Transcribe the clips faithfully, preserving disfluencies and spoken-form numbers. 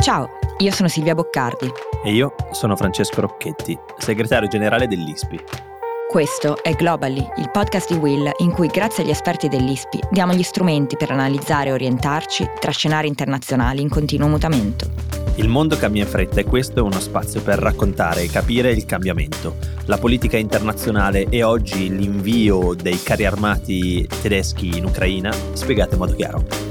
Ciao, io sono Silvia Boccardi. E io sono Francesco Rocchetti, segretario generale dell'I S P I. Questo è Globally, il podcast di Will in cui grazie agli esperti dell'I S P I diamo gli strumenti per analizzare e orientarci tra scenari internazionali in continuo mutamento. Il mondo cambia in fretta e questo è uno spazio per raccontare e capire il cambiamento, la politica internazionale e oggi l'invio dei carri armati tedeschi in Ucraina spiegato in modo chiaro.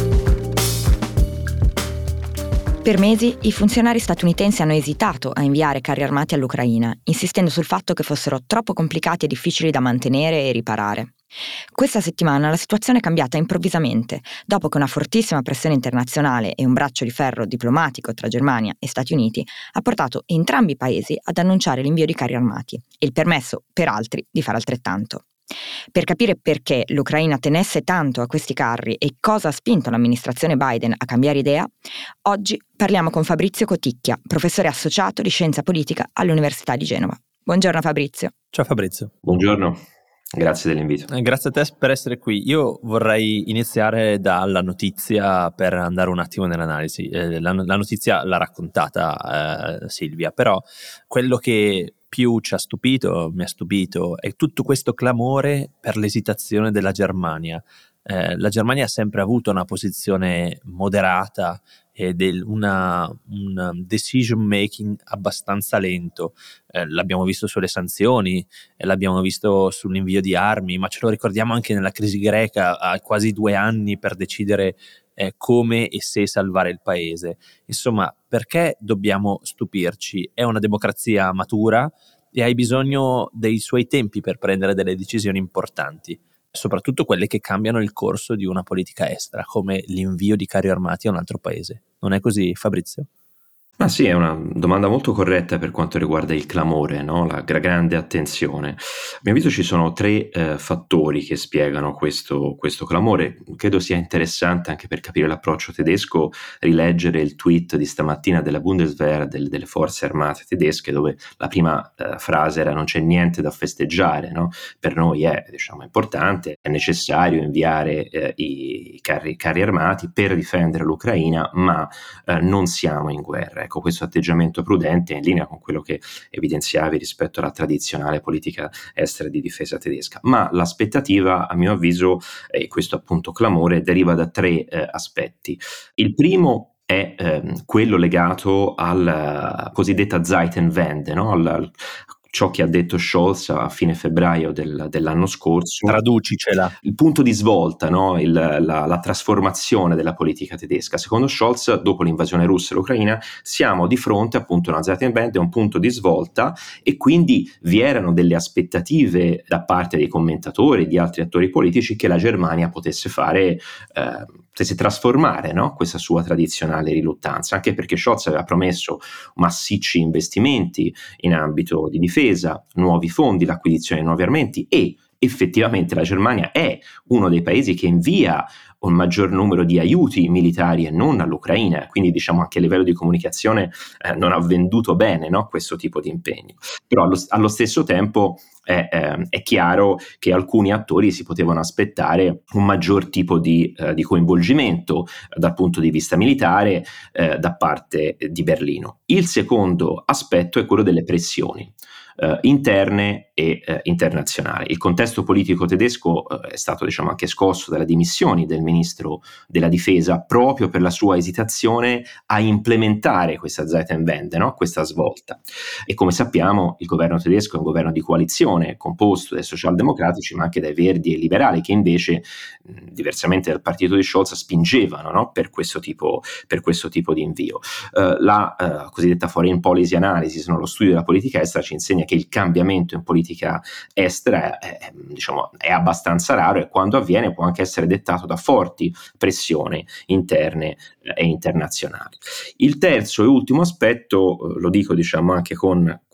Per mesi i funzionari statunitensi hanno esitato a inviare carri armati all'Ucraina, insistendo sul fatto che fossero troppo complicati e difficili da mantenere e riparare. Questa settimana la situazione è cambiata improvvisamente, dopo che una fortissima pressione internazionale e un braccio di ferro diplomatico tra Germania e Stati Uniti ha portato entrambi i paesi ad annunciare l'invio di carri armati e il permesso per altri di fare altrettanto. Per capire perché l'Ucraina tenesse tanto a questi carri e cosa ha spinto l'amministrazione Biden a cambiare idea, oggi parliamo con Fabrizio Coticchia, professore associato di scienza politica all'Università di Genova. Buongiorno Fabrizio. Ciao Fabrizio. Buongiorno, grazie dell'invito. Eh, grazie a te per essere qui. Io vorrei iniziare dalla notizia per andare un attimo nell'analisi. Eh, la, la notizia l'ha raccontata eh, Silvia, però quello che più ci ha stupito, mi ha stupito, è tutto questo clamore per l'esitazione della Germania. Eh, la Germania ha sempre avuto una posizione moderata e del, una, un decision making abbastanza lento. Eh, l'abbiamo visto sulle sanzioni, eh, l'abbiamo visto sull'invio di armi, ma ce lo ricordiamo anche nella crisi greca, ha quasi due anni per decidere eh, come e se salvare il paese. Insomma, perché dobbiamo stupirci? È una democrazia matura e hai bisogno dei suoi tempi per prendere delle decisioni importanti, soprattutto quelle che cambiano il corso di una politica estera, come l'invio di carri armati a un altro paese. Non è così, Fabrizio? Ah sì, è una domanda molto corretta per quanto riguarda il clamore, no? La gra- grande attenzione. A mio avviso ci sono tre eh, fattori che spiegano questo, questo clamore. Credo sia interessante anche per capire l'approccio tedesco rileggere il tweet di stamattina della Bundeswehr, del- delle forze armate tedesche, dove la prima eh, frase era: non c'è niente da festeggiare, no? Per noi è, diciamo, importante, è necessario inviare eh, i carri, carri armati per difendere l'Ucraina, ma eh, non siamo in guerra. Ecco, questo atteggiamento prudente è in linea con quello che evidenziavi rispetto alla tradizionale politica estera di difesa tedesca. Ma l'aspettativa, a mio avviso, e questo appunto clamore, deriva da tre eh, aspetti. Il primo è ehm, quello legato alla cosiddetta Zeitenwende, no? al, al ciò che ha detto Scholz a fine febbraio del, dell'anno scorso. Traducicela. Il punto di svolta, no? Il, la, la trasformazione della politica tedesca. Secondo Scholz, dopo l'invasione russa all'Ucraina, siamo di fronte appunto a una Zeitenwende, a un punto di svolta, e quindi vi erano delle aspettative da parte dei commentatori e di altri attori politici che la Germania potesse fare, eh, potesse trasformare, no? Questa sua tradizionale riluttanza, anche perché Scholz aveva promesso massicci investimenti in ambito di difesa, nuovi fondi, l'acquisizione di nuovi armamenti, e effettivamente la Germania è uno dei paesi che invia un maggior numero di aiuti militari e non all'Ucraina, quindi diciamo anche a livello di comunicazione eh, non ha venduto bene, no? Questo tipo di impegno. Però allo, allo stesso tempo è, eh, è chiaro che alcuni attori si potevano aspettare un maggior tipo di, eh, di coinvolgimento eh, dal punto di vista militare eh, da parte di Berlino. Il secondo aspetto è quello delle pressioni eh, interne e eh, internazionali. Il contesto politico tedesco eh, è stato, diciamo, anche scosso dalle dimissioni del ministro della difesa proprio per la sua esitazione a implementare questa Zeitenwende, no? Questa svolta. E come sappiamo il governo tedesco è un governo di coalizione composto dai socialdemocratici ma anche dai verdi e liberali, che invece mh, diversamente dal partito di Scholz spingevano, no? per questo tipo per questo tipo di invio. Uh, la uh, cosiddetta foreign policy analysis, no? Lo studio della politica estera, ci insegna che il cambiamento in politica estera è, è, diciamo, è abbastanza raro, e quando avviene può anche essere dettato da forti pressioni interne eh, e internazionali. Il terzo e ultimo aspetto, eh, lo dico diciamo anche con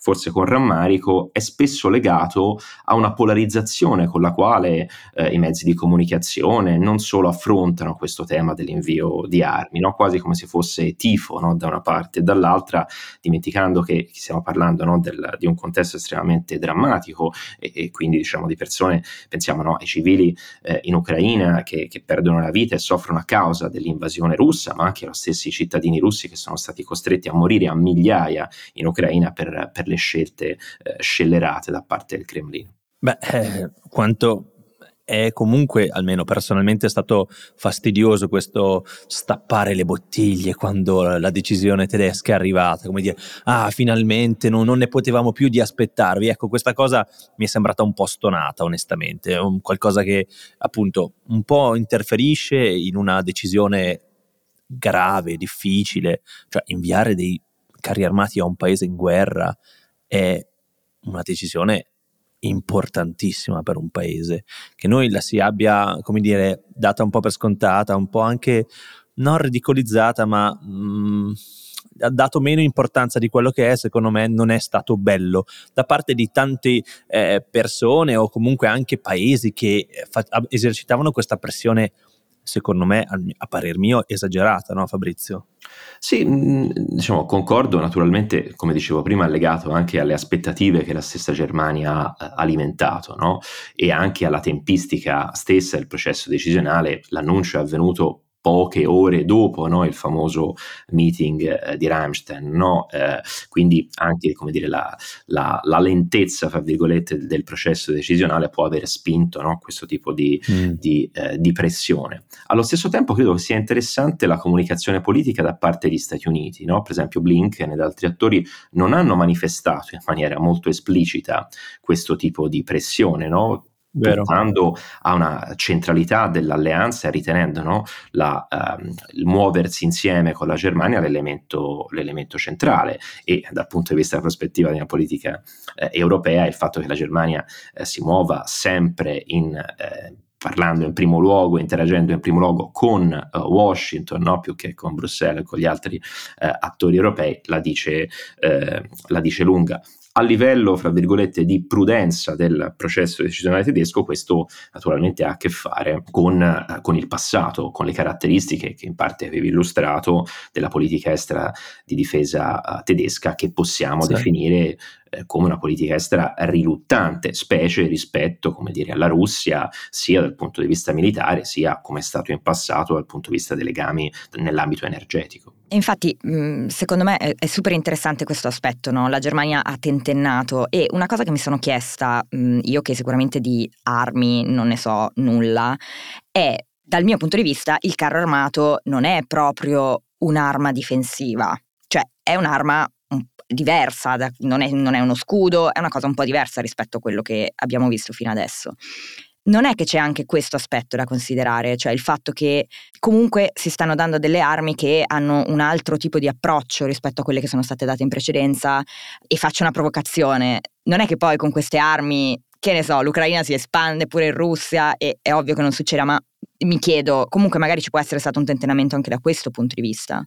forse con rammarico, è spesso legato a una polarizzazione con la quale eh, i mezzi di comunicazione non solo affrontano questo tema dell'invio di armi, no? Quasi come se fosse tifo, no? Da una parte e dall'altra, dimenticando che stiamo parlando, no? Del, di un contesto estremamente drammatico e, e quindi diciamo di persone, pensiamo, no? Ai civili eh, in Ucraina che, che perdono la vita e soffrono a causa dell'invasione russa, ma anche lo stessi cittadini russi che sono stati costretti a morire a migliaia in Ucraina per, per le scelte eh, scellerate da parte del Cremlino. Beh, eh, quanto è comunque, almeno personalmente, è stato fastidioso questo stappare le bottiglie quando la decisione tedesca è arrivata, come dire, ah, finalmente non, non ne potevamo più di aspettarvi. Ecco, questa cosa mi è sembrata un po' stonata, onestamente, un qualcosa che appunto un po' interferisce in una decisione grave, difficile, cioè inviare dei carri armati a un paese in guerra è una decisione importantissima per un paese, che noi la si abbia, come dire, data un po' per scontata, un po' anche non ridicolizzata, ma mh, ha dato meno importanza di quello che è. Secondo me non è stato bello da parte di tante eh, persone o comunque anche paesi che fa- esercitavano questa pressione, secondo me, a, a parer mio, esagerata, no Fabrizio? Sì, diciamo, concordo, naturalmente, come dicevo prima, è legato anche alle aspettative che la stessa Germania ha alimentato, no? E anche alla tempistica stessa del processo decisionale. L'annuncio è avvenuto poche ore dopo, no, il famoso meeting eh, di Ramstein, no? Eh, quindi anche, come dire, la, la, la lentezza, fra virgolette, del processo decisionale può aver spinto, no, questo tipo di, mm. di, eh, di pressione. Allo stesso tempo credo che sia interessante la comunicazione politica da parte degli Stati Uniti, no? Per esempio Blinken ed altri attori non hanno manifestato in maniera molto esplicita questo tipo di pressione, no? Puntando a una centralità dell'alleanza e ritenendo, no, la, um, il muoversi insieme con la Germania l'elemento, l'elemento centrale. E dal punto di vista della prospettiva della politica eh, europea, il fatto che la Germania eh, si muova sempre in eh, parlando in primo luogo, interagendo in primo luogo con uh, Washington, no, più che con Bruxelles e con gli altri uh, attori europei, la dice, uh, la dice lunga. A livello, fra virgolette, di prudenza del processo decisionale tedesco, questo naturalmente ha a che fare con, uh, con il passato, con le caratteristiche che in parte avevi illustrato della politica estera di difesa uh, tedesca, che possiamo sì. definire eh, come una politica estera riluttante, specie rispetto, come dire, alla Russia, sia dal punto di vista militare, sia come è stato in passato dal punto di vista dei legami nell'ambito energetico. Infatti, secondo me è super interessante questo aspetto, no? La Germania ha tentennato, e una cosa che mi sono chiesta, io che sicuramente di armi non ne so nulla, è, dal mio punto di vista, il carro armato non è proprio un'arma difensiva, cioè è un'arma diversa, da, non, è, non è uno scudo, è una cosa un po' diversa rispetto a quello che abbiamo visto fino adesso. Non è che c'è anche questo aspetto da considerare, cioè il fatto che comunque si stanno dando delle armi che hanno un altro tipo di approccio rispetto a quelle che sono state date in precedenza. E faccio una provocazione, non è che poi con queste armi, che ne so, l'Ucraina si espande pure in Russia, e è ovvio che non succeda, ma mi chiedo, comunque magari ci può essere stato un tentennamento anche da questo punto di vista.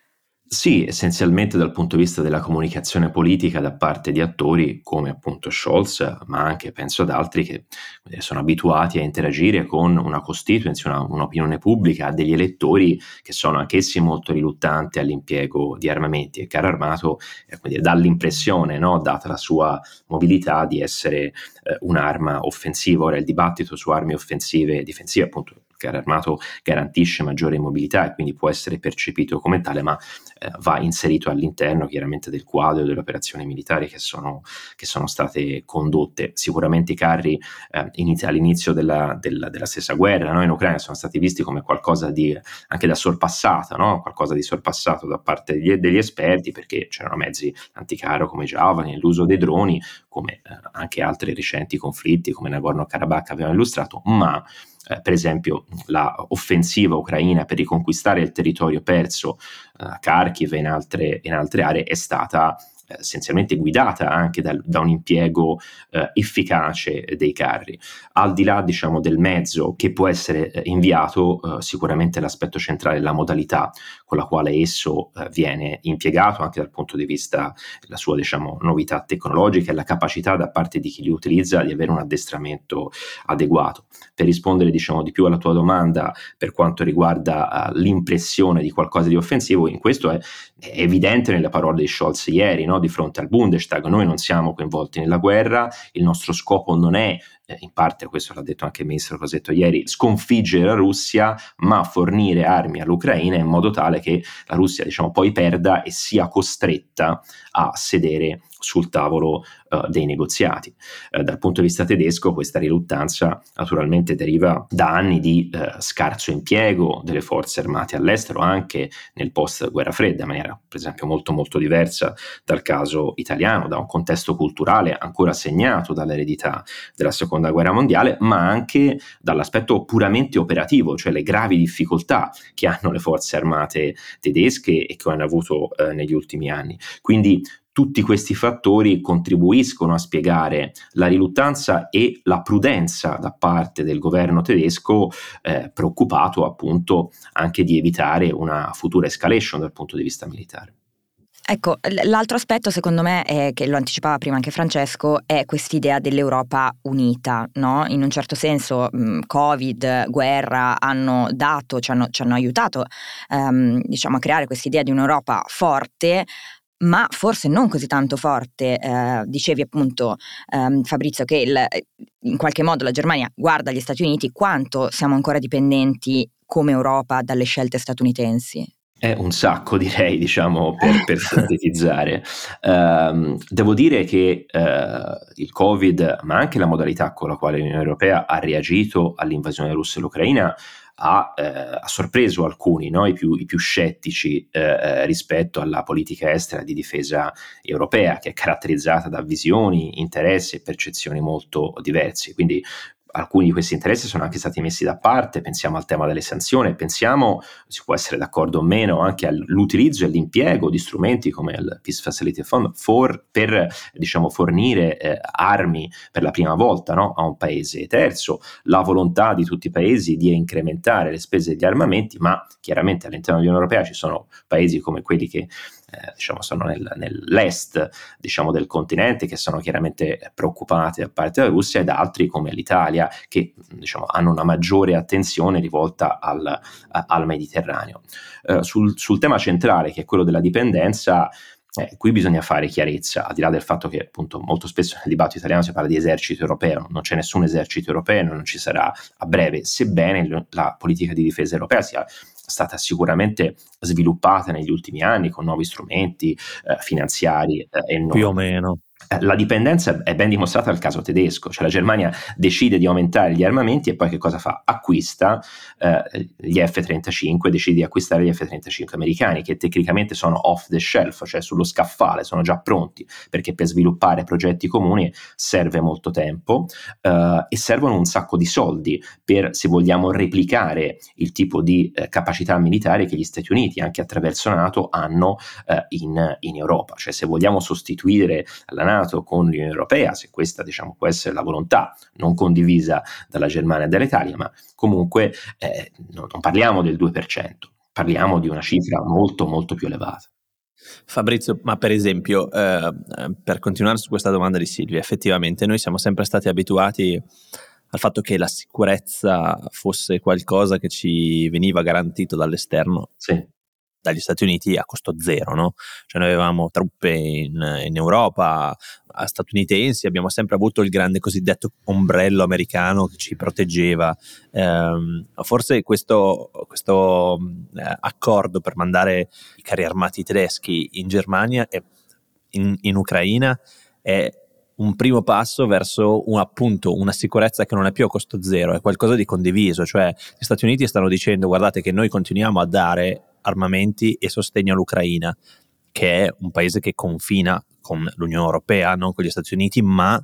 Sì, essenzialmente dal punto di vista della comunicazione politica da parte di attori come appunto Scholz, ma anche penso ad altri che sono abituati a interagire con una constituency, una, un'opinione pubblica, degli elettori che sono anch'essi molto riluttanti all'impiego di armamenti. E il carro armato eh, quindi dà l'impressione, no, data la sua mobilità, di essere eh, un'arma offensiva. Ora il dibattito su armi offensive e difensive, appunto, il carro armato garantisce maggiore mobilità e quindi può essere percepito come tale, ma eh, va inserito all'interno chiaramente del quadro delle operazioni militari che sono, che sono state condotte. Sicuramente i carri eh, inizia, all'inizio della, della, della stessa guerra, no, in Ucraina sono stati visti come qualcosa di anche da sorpassato, no? Qualcosa di sorpassato da parte degli, degli esperti, perché c'erano mezzi anticarro come Javelin, l'uso dei droni, come eh, anche altri recenti conflitti come Nagorno-Karabakh avevano illustrato, ma Eh, per esempio la offensiva ucraina per riconquistare il territorio perso a eh, Kharkiv e in altre, in altre aree è stata essenzialmente guidata anche da, da un impiego eh, efficace dei carri. Al di là, diciamo, del mezzo che può essere eh, inviato, eh, sicuramente l'aspetto centrale è la modalità con la quale esso eh, viene impiegato, anche dal punto di vista della sua, diciamo, novità tecnologica e la capacità da parte di chi li utilizza di avere un addestramento adeguato. Per rispondere, diciamo, di più alla tua domanda per quanto riguarda uh, l'impressione di qualcosa di offensivo, in questo è, è evidente nelle parole di Scholz ieri, no? Di fronte al Bundestag. Noi non siamo coinvolti nella guerra, il nostro scopo non è, eh, in parte questo l'ha detto anche il ministro Crosetto ieri, sconfiggere la Russia, ma fornire armi all'Ucraina in modo tale che la Russia, diciamo, poi perda e sia costretta a sedere sul tavolo uh, dei negoziati. Uh, dal punto di vista tedesco questa riluttanza naturalmente deriva da anni di uh, scarso impiego delle forze armate all'estero, anche nel post guerra fredda, in maniera per esempio molto molto diversa dal caso italiano, da un contesto culturale ancora segnato dall'eredità della seconda guerra mondiale, ma anche dall'aspetto puramente operativo, cioè le gravi difficoltà che hanno le forze armate tedesche e che hanno avuto uh, negli ultimi anni. Quindi tutti questi fattori contribuiscono a spiegare la riluttanza e la prudenza da parte del governo tedesco, eh, preoccupato appunto anche di evitare una futura escalation dal punto di vista militare. Ecco, l'altro aspetto secondo me è, che lo anticipava prima anche Francesco, è quest'idea dell'Europa unita, no? In un certo senso mh, Covid, guerra hanno dato, ci hanno, ci hanno aiutato um, diciamo a creare quest'idea di un'Europa forte, ma forse non così tanto forte. Eh, dicevi appunto, ehm, Fabrizio, che il, in qualche modo la Germania guarda gli Stati Uniti. Quanto siamo ancora dipendenti come Europa dalle scelte statunitensi? È un sacco, direi, diciamo, per, per sintetizzare. Um, devo dire che uh, il Covid, ma anche la modalità con la quale l'Unione Europea ha reagito all'invasione russa dell'Ucraina, ha, eh, ha sorpreso alcuni, no? I più, i più scettici eh, rispetto alla politica estera di difesa europea, che è caratterizzata da visioni, interessi e percezioni molto diversi. Quindi alcuni di questi interessi sono anche stati messi da parte. Pensiamo al tema delle sanzioni, pensiamo, si può essere d'accordo o meno, anche all'utilizzo e all'impiego di strumenti come il Peace Facility Fund for, per diciamo fornire eh, armi per la prima volta, no, a un paese terzo, la volontà di tutti i paesi di incrementare le spese degli armamenti, ma chiaramente all'interno dell'Unione Europea ci sono paesi come quelli che Eh, diciamo sono nel, nell'est, diciamo, del continente, che sono chiaramente preoccupati da parte della Russia, ed altri come l'Italia che, diciamo, hanno una maggiore attenzione rivolta al, a, al Mediterraneo. Eh, sul, sul tema centrale, che è quello della dipendenza, Eh, qui bisogna fare chiarezza, al di là del fatto che appunto molto spesso nel dibattito italiano si parla di esercito europeo. Non c'è nessun esercito europeo, non ci sarà a breve, sebbene la politica di difesa europea sia stata sicuramente sviluppata negli ultimi anni con nuovi strumenti eh, finanziari eh, e non. Più o meno. La dipendenza è ben dimostrata dal caso tedesco, cioè la Germania decide di aumentare gli armamenti e poi che cosa fa? Acquista eh, gli F trentacinque, decide di acquistare gli F trentacinque americani, che tecnicamente sono off the shelf, cioè sullo scaffale, sono già pronti, perché per sviluppare progetti comuni serve molto tempo eh, e servono un sacco di soldi per, se vogliamo, replicare il tipo di eh, capacità militare che gli Stati Uniti, anche attraverso NATO, hanno eh, in, in Europa. Cioè, se vogliamo sostituire la NATO con l'Unione Europea, se questa, diciamo, può essere la volontà non condivisa dalla Germania e dall'Italia, ma comunque eh, non, non parliamo del due per cento, parliamo di una cifra molto molto più elevata. Fabrizio, ma per esempio, eh, per continuare su questa domanda di Silvia, effettivamente noi siamo sempre stati abituati al fatto che la sicurezza fosse qualcosa che ci veniva garantito dall'esterno. Sì. Dagli Stati Uniti a costo zero, no? Cioè noi avevamo truppe in, in Europa, statunitensi, abbiamo sempre avuto il grande cosiddetto ombrello americano che ci proteggeva. Ehm, forse questo, questo eh, accordo per mandare i carri armati tedeschi in Germania e in, in Ucraina è un primo passo verso un, appunto una sicurezza che non è più a costo zero, è qualcosa di condiviso. Cioè gli Stati Uniti stanno dicendo: guardate che noi continuiamo a dare armamenti e sostegno all'Ucraina, che è un paese che confina con l'Unione Europea, non con gli Stati Uniti, ma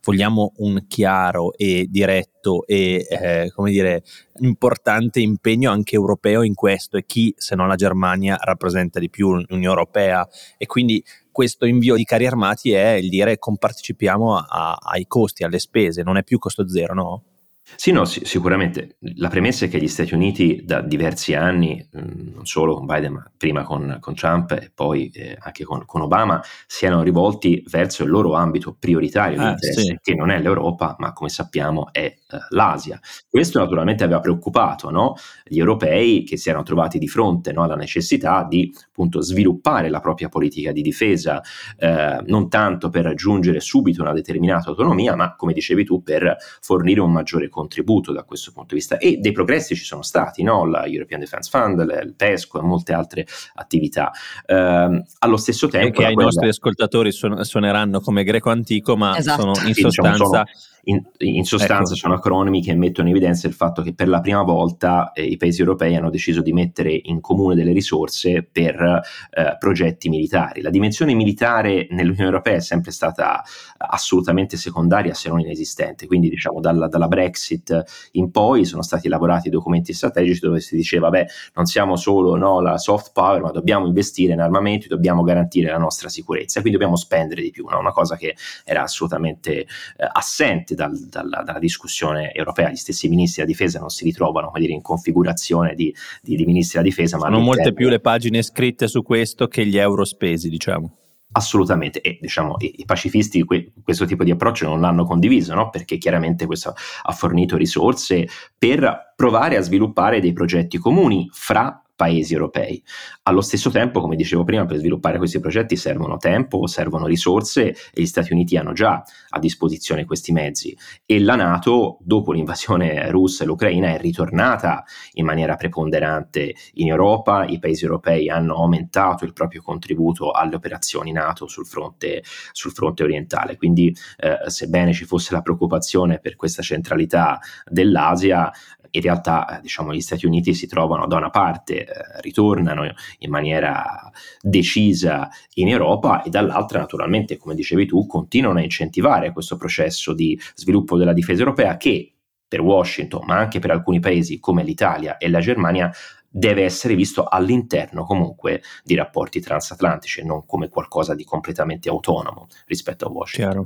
vogliamo un chiaro e diretto e eh, come dire importante impegno anche europeo in questo, e chi se non la Germania rappresenta di più l'Unione Europea, e quindi questo invio di carri armati è il dire compartecipiamo a, a, ai costi, alle spese, non è più costo zero, no? Sì, no, sì, sicuramente. La premessa è che gli Stati Uniti da diversi anni, mh, non solo con Biden, ma prima con, con Trump e poi eh, anche con, con Obama, siano rivolti verso il loro ambito prioritario di Eh, interesse, sì. che non è l'Europa, ma come sappiamo è eh, l'Asia. Questo naturalmente aveva preoccupato, no, gli europei, che si erano trovati di fronte, no, alla necessità di appunto sviluppare la propria politica di difesa, eh, non tanto per raggiungere subito una determinata autonomia, ma come dicevi tu, per fornire un maggiore contributo da questo punto di vista. E dei progressi ci sono stati, no? La European Defence Fund, il PESCO e molte altre attività. Eh, allo stesso tempo, e che ai guerra... nostri ascoltatori suon- suoneranno come greco antico, ma esatto. sono in sì, sostanza diciamo, sono, in, in sostanza ecco. sono acronimi che mettono in evidenza il fatto che per la prima volta eh, i paesi europei hanno deciso di mettere in comune delle risorse per eh, progetti militari. La dimensione militare nell'Unione Europea è sempre stata assolutamente secondaria, se non inesistente, quindi diciamo dalla, dalla Brexit in poi sono stati elaborati documenti strategici dove si diceva beh, non siamo solo, no, la soft power, ma dobbiamo investire in armamenti, dobbiamo garantire la nostra sicurezza, quindi dobbiamo spendere di più, no? Una cosa che era assolutamente eh, assente dal, dalla, dalla discussione europea. Gli stessi ministri della difesa non si ritrovano, come dire, in configurazione di, di, di ministri della difesa, ma sono molte più le pagine scritte su questo che gli euro spesi, diciamo. Assolutamente, e diciamo i, i pacifisti que, questo tipo di approccio non l'hanno condiviso, no? Perché chiaramente questo ha fornito risorse per provare a sviluppare dei progetti comuni fra paesi europei. Allo stesso tempo, come dicevo prima, per sviluppare questi progetti servono tempo, servono risorse, e gli Stati Uniti hanno già a disposizione questi mezzi, e la NATO dopo l'invasione russa e l'Ucraina è ritornata in maniera preponderante in Europa. I paesi europei hanno aumentato il proprio contributo alle operazioni NATO sul fronte, sul fronte orientale, quindi eh, sebbene ci fosse la preoccupazione per questa centralità dell'Asia, in realtà diciamo gli Stati Uniti si trovano da una parte, eh, ritornano in maniera decisa in Europa, e dall'altra naturalmente, come dicevi tu, continuano a incentivare questo processo di sviluppo della difesa europea, che per Washington, ma anche per alcuni paesi come l'Italia e la Germania, deve essere visto all'interno comunque di rapporti transatlantici e non come qualcosa di completamente autonomo rispetto a Washington. Chiaro.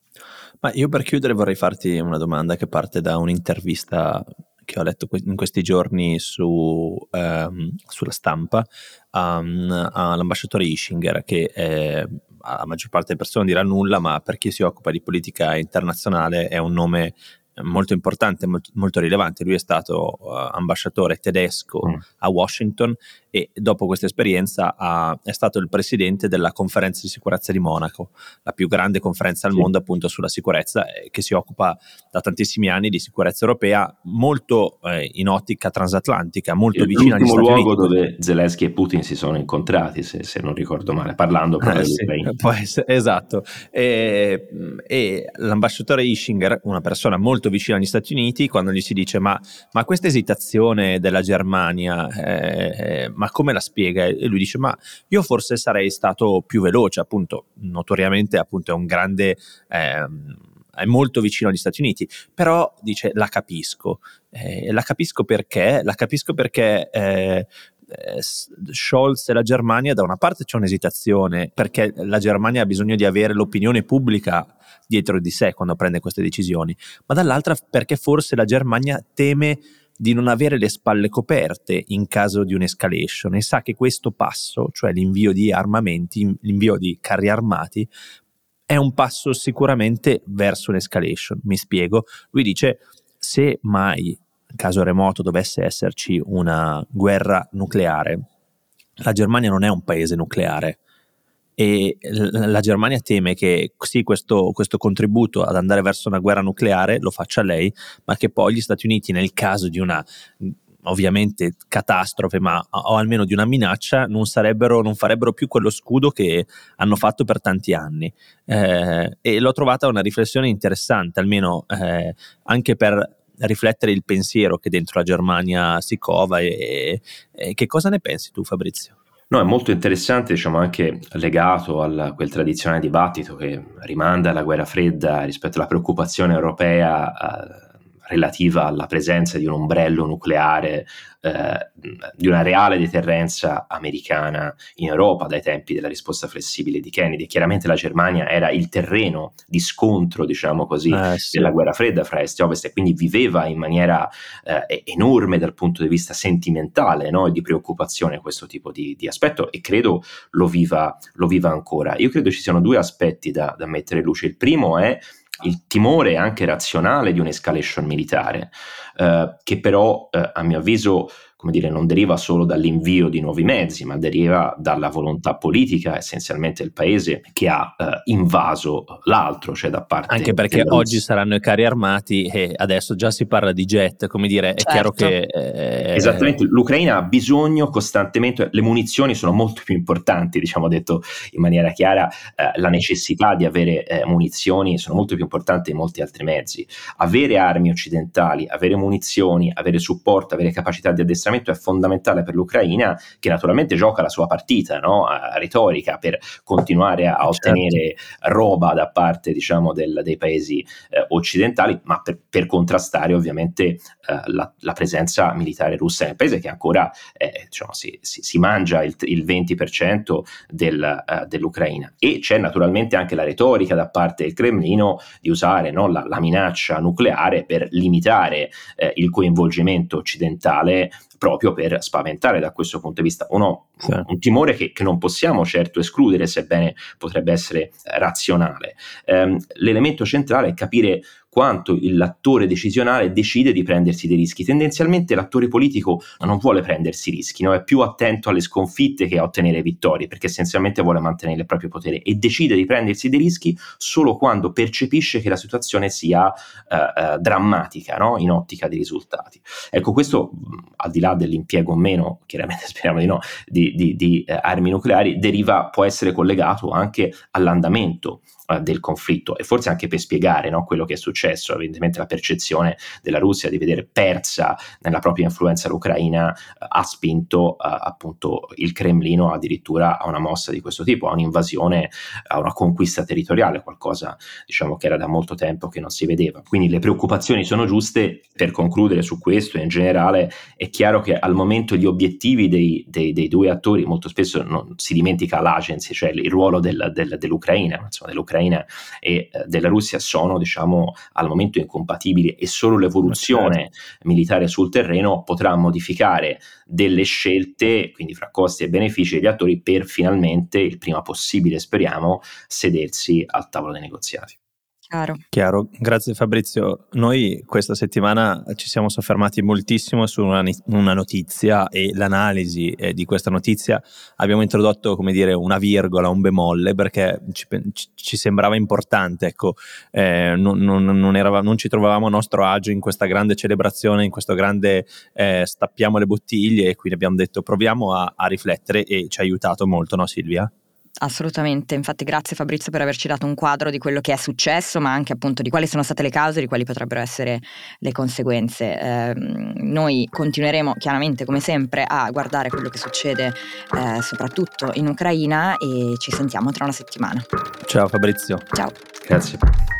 Ma io per chiudere vorrei farti una domanda che parte da un'intervista che ho letto in questi giorni su, um, sulla stampa um, all'ambasciatore Ischinger, che è, a maggior parte delle persone dirà nulla, ma per chi si occupa di politica internazionale è un nome molto importante, molto, molto rilevante. Lui è stato uh, ambasciatore tedesco mm. a Washington, e dopo questa esperienza ha, è stato il presidente della conferenza di sicurezza di Monaco, la più grande conferenza al sì. mondo appunto sulla sicurezza, eh, che si occupa da tantissimi anni di sicurezza europea, molto eh, in ottica transatlantica, molto il, vicina agli Stati Uniti. L'ultimo luogo dove Zelensky e Putin si sono incontrati, se, se non ricordo male, parlando proprio eh, dell'Ucraina. Sì, può essere, esatto. E, e l'ambasciatore Ischinger, una persona molto vicina agli Stati Uniti, quando gli si dice ma, ma questa esitazione della Germania, eh, ma come la spiega? E lui dice ma io forse sarei stato più veloce, appunto, notoriamente appunto è un grande, eh, è molto vicino agli Stati Uniti, però dice la capisco, eh, la capisco perché, la capisco perché eh, Scholz e la Germania, da una parte c'è un'esitazione perché la Germania ha bisogno di avere l'opinione pubblica dietro di sé quando prende queste decisioni, ma dall'altra perché forse la Germania teme di non avere le spalle coperte in caso di un'escalation, e sa che questo passo, cioè l'invio di armamenti, l'invio di carri armati, è un passo sicuramente verso un'escalation. Mi spiego. Lui dice, se mai caso remoto dovesse esserci una guerra nucleare, la Germania non è un paese nucleare, e la Germania teme che sì, questo, questo contributo ad andare verso una guerra nucleare lo faccia lei, ma che poi gli Stati Uniti, nel caso di una ovviamente catastrofe, ma o almeno di una minaccia, non sarebbero, non farebbero più quello scudo che hanno fatto per tanti anni. Eh, e l'ho trovata una riflessione interessante, almeno eh, anche per riflettere il pensiero che dentro la Germania si cova. E, e che cosa ne pensi tu, Fabrizio? No, è molto interessante, diciamo, anche legato a quel tradizionale dibattito che rimanda alla guerra fredda rispetto alla preoccupazione europea eh, relativa alla presenza di un ombrello nucleare, eh, di una reale deterrenza americana in Europa dai tempi della risposta flessibile di Kennedy. Chiaramente la Germania era il terreno di scontro, diciamo così, eh, sì. della guerra fredda fra est e ovest, e quindi viveva in maniera eh, enorme dal punto di vista sentimentale, no? E di preoccupazione questo tipo di, di aspetto, e credo lo viva, lo viva ancora. Io credo ci siano due aspetti da, da mettere in luce. Il primo è il timore anche razionale di un'escalation militare, eh, che però eh, a mio avviso, come dire, non deriva solo dall'invio di nuovi mezzi, ma deriva dalla volontà politica essenzialmente del paese che ha eh, invaso l'altro, cioè da parte anche perché della oggi Russia. saranno i carri armati e adesso già si parla di jet, come dire, è certo. chiaro che eh, esattamente, l'Ucraina ha bisogno costantemente, le munizioni sono molto più importanti, diciamo, detto in maniera chiara, eh, la necessità di avere eh, munizioni sono molto più importanti di molti altri mezzi. Avere armi occidentali, avere munizioni, avere supporto, avere capacità di addestramento è fondamentale per l'Ucraina, che naturalmente gioca la sua partita, no? retorica, per continuare a ottenere certo. roba da parte, diciamo, del, dei paesi eh, occidentali, ma per, per contrastare ovviamente eh, la, la presenza militare russa nel paese, che ancora eh, diciamo, si, si, si mangia il, il venti per cento del, uh, dell'Ucraina. E c'è naturalmente anche la retorica da parte del Cremlino di usare, no, la, la minaccia nucleare per limitare eh, il coinvolgimento occidentale, proprio per spaventare da questo punto di vista. Uno, sì. Un timore che, che non possiamo certo escludere, sebbene potrebbe essere razionale. Um, l'elemento centrale è capire quanto l'attore decisionale decide di prendersi dei rischi. Tendenzialmente l'attore politico non vuole prendersi rischi, no? È più attento alle sconfitte che a ottenere vittorie, perché essenzialmente vuole mantenere il proprio potere, e decide di prendersi dei rischi solo quando percepisce che la situazione sia uh, uh, drammatica, no? In ottica di risultati. Ecco, questo, al di là dell'impiego o meno, chiaramente speriamo di no, di, di, di uh, armi nucleari, deriva, può essere collegato anche all'andamento uh, del conflitto, e forse anche per spiegare, no, quello che è successo. Evidentemente la percezione della Russia di vedere persa nella propria influenza l'Ucraina uh, ha spinto uh, appunto il Cremlino addirittura a una mossa di questo tipo, a un'invasione, a una conquista territoriale, qualcosa, diciamo, che era da molto tempo che non si vedeva. Quindi le preoccupazioni sono giuste. Per concludere su questo, in generale è chiaro che al momento gli obiettivi dei, dei, dei due attori, molto spesso non si dimentica l'agency, cioè il ruolo del, del, dell'Ucraina, insomma, dell'Ucraina e eh, della Russia, sono, diciamo, al momento incompatibili, e solo l'evoluzione militare sul terreno potrà modificare delle scelte, quindi fra costi e benefici degli attori, per finalmente, il prima possibile speriamo, sedersi al tavolo dei negoziati. Chiaro. Chiaro, grazie Fabrizio. Noi questa settimana ci siamo soffermati moltissimo su una, una notizia, e l'analisi eh, di questa notizia abbiamo introdotto, come dire, una virgola, un bemolle, perché ci, ci sembrava importante, ecco, eh, non, non, non, eravamo, non ci trovavamo a nostro agio in questa grande celebrazione, in questo grande eh, stappiamo le bottiglie, e quindi abbiamo detto proviamo a, a riflettere, e ci ha aiutato molto, no Silvia? Assolutamente, infatti grazie Fabrizio per averci dato un quadro di quello che è successo, ma anche appunto di quali sono state le cause, di quali potrebbero essere le conseguenze. Eh, noi continueremo chiaramente, come sempre, a guardare quello che succede eh, soprattutto in Ucraina, e ci sentiamo tra una settimana. Ciao Fabrizio. Ciao. Grazie.